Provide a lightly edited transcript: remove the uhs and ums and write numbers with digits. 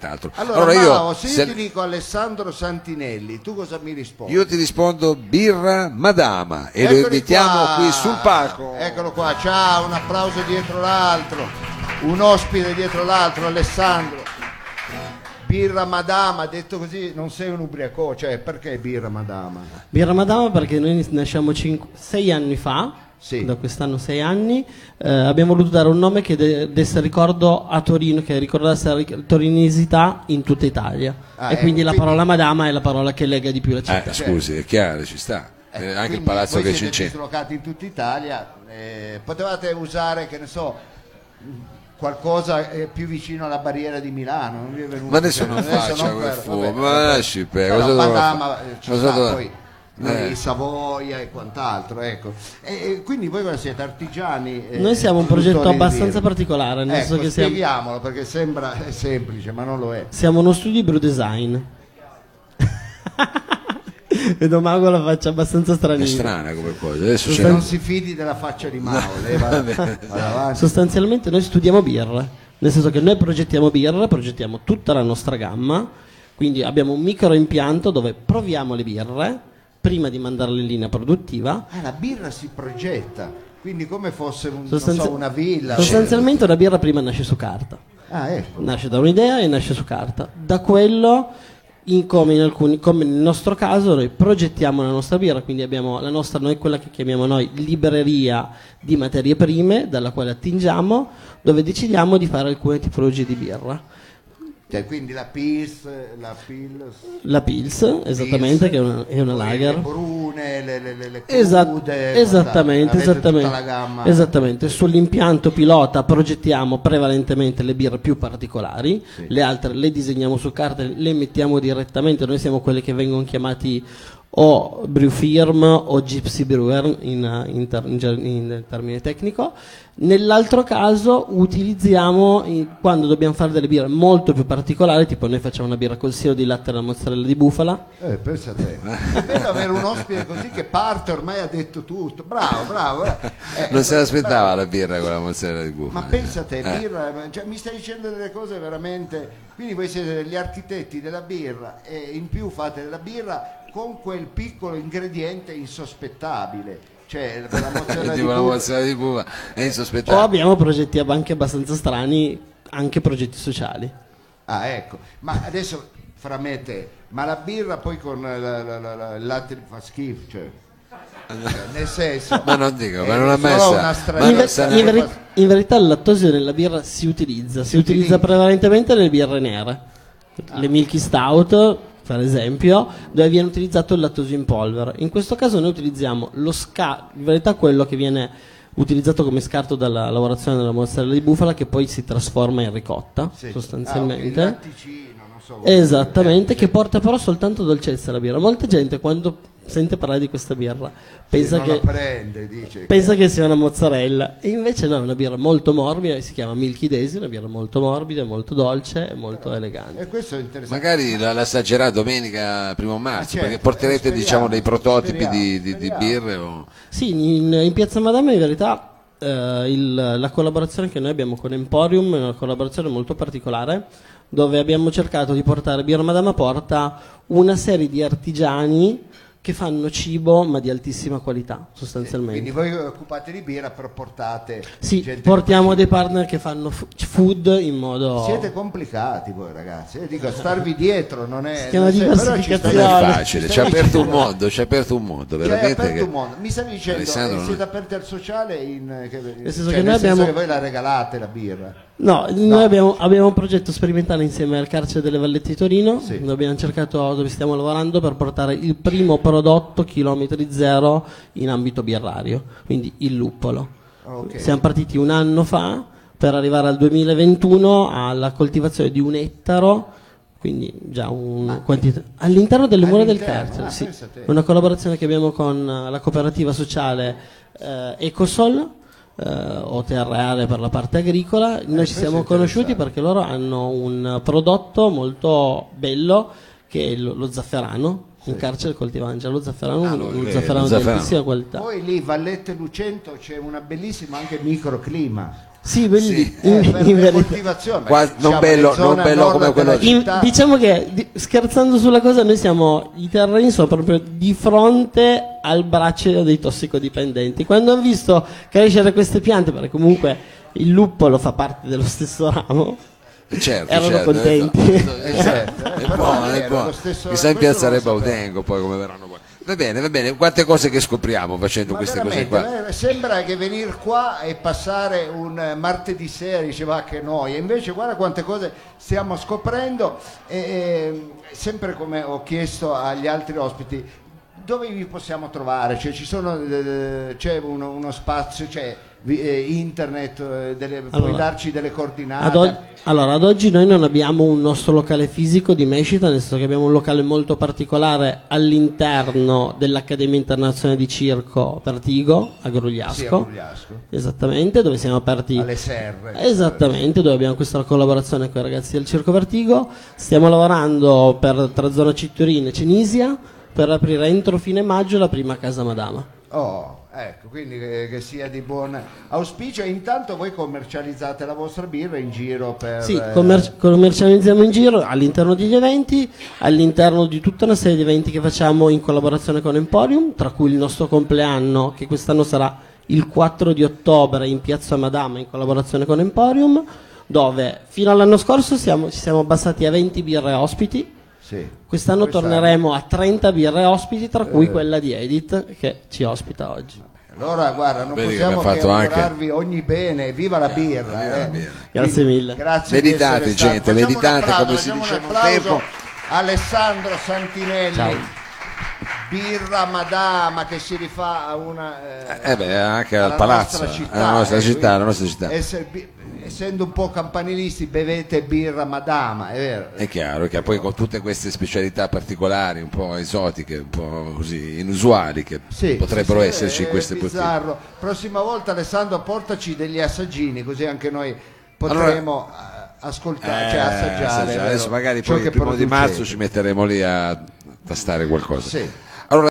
quant'altro. Allora Mao, se io ti dico Alessandro Santinelli, tu cosa mi rispondi? Io ti rispondo birra Madama e Eccoli lo invitiamo qua. qui sul palco. Eccolo qua, ciao, un applauso dietro l'altro, un ospite dietro l'altro, Alessandro. Birra Madama, detto così non sei un ubriaco, cioè perché birra Madama? Birra Madama perché noi nasciamo 6 anni fa, sì. Da quest'anno 6 anni, abbiamo voluto dare un nome che desse ricordo a Torino, che ricordasse la torinesità in tutta Italia, e quindi la parola Madama è la parola che lega di più la città. Scusi, è chiaro, ci sta. Anche il palazzo che siete dislocati in tutta Italia, potevate usare, che ne so, qualcosa più vicino alla barriera di Milano, non vi è venuto? Ma adesso non faccia quel fumo, ma lasci per Madama ci sta, poi i Savoia e quant'altro, ecco. E quindi voi cosa siete, artigiani? Noi siamo un progetto abbastanza particolare, nel senso che spieghiamolo, perché sembra semplice ma non lo è. Siamo uno studio di brew design. Vedo Mago la faccia abbastanza stranina. È strana come cosa. Adesso non si fidi della faccia di Mago. Sostanzialmente noi studiamo birra, nel senso che noi progettiamo birra, progettiamo tutta la nostra gamma, quindi abbiamo un micro impianto dove proviamo le birre prima di mandarle in linea produttiva. La birra si progetta, quindi come fosse una villa. Sostanzialmente una birra prima nasce su carta. Ecco. Nasce da un'idea e nasce su carta. Da quello, come nel nostro caso, noi progettiamo la nostra birra, quindi abbiamo noi quella che chiamiamo noi libreria di materie prime dalla quale attingiamo, dove decidiamo di fare alcune tipologie di birra. Quindi la Pils, esattamente, che è una lager. Le brune, le crude, esattamente. La gamma. Esattamente. Sull'impianto pilota progettiamo prevalentemente le birre più particolari, sì. Le altre le disegniamo su carta, le mettiamo direttamente. Noi siamo quelli che vengono chiamati o brew firm o gypsy brewer in termine tecnico. Nell'altro caso utilizziamo, quando dobbiamo fare delle birre molto più particolari, tipo noi facciamo una birra col siero di latte e la mozzarella di bufala. Pensa a te, è bello avere un ospite così che parte, ormai ha detto tutto, bravo. Non se l'aspettava la birra con la mozzarella di bufala. Ma pensa a te, birra, cioè, mi stai dicendo delle cose veramente, quindi voi siete degli architetti della birra e in più fate della birra con quel piccolo ingrediente insospettabile, cioè la mozzarella di bufala è insospettabile. O abbiamo progetti anche abbastanza strani, anche progetti sociali. Ecco, ma adesso fra me e te, ma la birra poi con il latte fa schifo, cioè nel senso, ma non dico, ma non ha messa. In verità il lattosio nella birra si utilizza prevalentemente nelle birre nere, le Milky Stout per esempio, dove viene utilizzato il lattosio in polvere. In questo caso noi utilizziamo in verità quello che viene utilizzato come scarto dalla lavorazione della mozzarella di bufala, che poi si trasforma in ricotta, sostanzialmente. Non so, esattamente, che porta però soltanto dolcezza alla birra. Molta gente quando sente parlare di questa birra pensa che sia una mozzarella, e invece no, è una birra molto morbida, si chiama Milky Daisy, una birra molto morbida, molto dolce e molto elegante. E questo è interessante. Magari la assaggerà domenica 1 marzo, perché porterete dei prototipi di birre Sì, in Piazza Madama in verità la collaborazione che noi abbiamo con Emporium è una collaborazione molto particolare, dove abbiamo cercato di portare, Birra Madama porta una serie di artigiani che fanno cibo ma di altissima qualità, sostanzialmente. Quindi voi occupate di birra, però portate... Sì, portiamo dei partner che fanno food in modo... Siete complicati voi ragazzi, dico, starvi dietro non è... Si chiama diversificazione. Non è facile, ci ha aperto un mondo, veramente. Mi stavi dicendo, siete aperti al sociale nel senso che voi la regalate la birra? No, noi abbiamo un progetto sperimentale insieme al carcere delle Vallette di Torino, dove stiamo lavorando per portare il primo prodotto chilometri zero in ambito birrario, quindi il luppolo. Siamo partiti 1 anno fa per arrivare al 2021 alla coltivazione di 1 ettaro, quindi già all'interno delle mura del carcere. Sì. Una collaborazione che abbiamo con la cooperativa sociale Ecosol, OTRR per la parte agricola. Noi ci siamo conosciuti perché loro hanno un prodotto molto bello che è lo zafferano. In carcere coltivano già lo zafferano, uno zafferano di altissima qualità. Poi lì Vallette Lucento c'è una bellissima anche microclima. Sì, belli, per in le verità. coltivazioni, Non bello come quello Diciamo che scherzando sulla cosa, noi siamo, i terreni sono proprio di fronte al braccio dei tossicodipendenti. Quando hanno visto crescere queste piante, perché comunque il luppolo fa parte dello stesso ramo, erano contenti. Certo, È buono, è buono. Chissà in piazza Re Baudengo poi come verranno qua. Va bene, quante cose che scopriamo facendo queste cose qua. Sembra che venire qua e passare un martedì sera dice va che noia, invece guarda quante cose stiamo scoprendo sempre come ho chiesto agli altri ospiti, dove vi possiamo trovare? Cioè, c'è uno spazio, c'è internet, puoi darci delle coordinate? Ad oggi noi non abbiamo un nostro locale fisico di Mescita, nel senso che abbiamo un locale molto particolare all'interno dell'Accademia Internazionale di Circo Vertigo a Grugliasco. Sì, a Grugliasco. Esattamente, dove siamo aperti alle serre. Esattamente, dove abbiamo questa collaborazione con i ragazzi del Circo Vertigo. Stiamo lavorando tra zona Citturina e Cenisia per aprire entro fine maggio la prima Casa Madama. Ecco, quindi che sia di buon auspicio. Intanto voi commercializzate la vostra birra in giro per... Sì, commercializziamo in giro all'interno degli eventi, all'interno di tutta una serie di eventi che facciamo in collaborazione con Emporium, tra cui il nostro compleanno, che quest'anno sarà il 4 di ottobre in Piazza Madama in collaborazione con Emporium, dove fino all'anno scorso ci siamo abbassati a 20 birre ospiti. Quest'anno torneremo a 30 birre ospiti, tra cui quella di Edith che ci ospita oggi. Allora guarda, non possiamo che augurarvi ogni bene, viva la birra. Grazie mille. Grazie. Meditate gente, meditate come si diceva un tempo. Alessandro Santinelli. Ciao. Birra Madama che si rifà a una anche al palazzo, alla nostra città. Essendo un po' campanilisti, bevete birra Madama, è vero? È chiaro che poi con tutte queste specialità particolari, un po' esotiche, un po' così inusuali che potrebbero esserci in queste bottiglie. Prossima volta Alessandro portaci degli assaggini, così anche noi potremo ascoltare, assaggiare. Adesso magari poi il 1° di marzo ci metteremo lì a tastare qualcosa.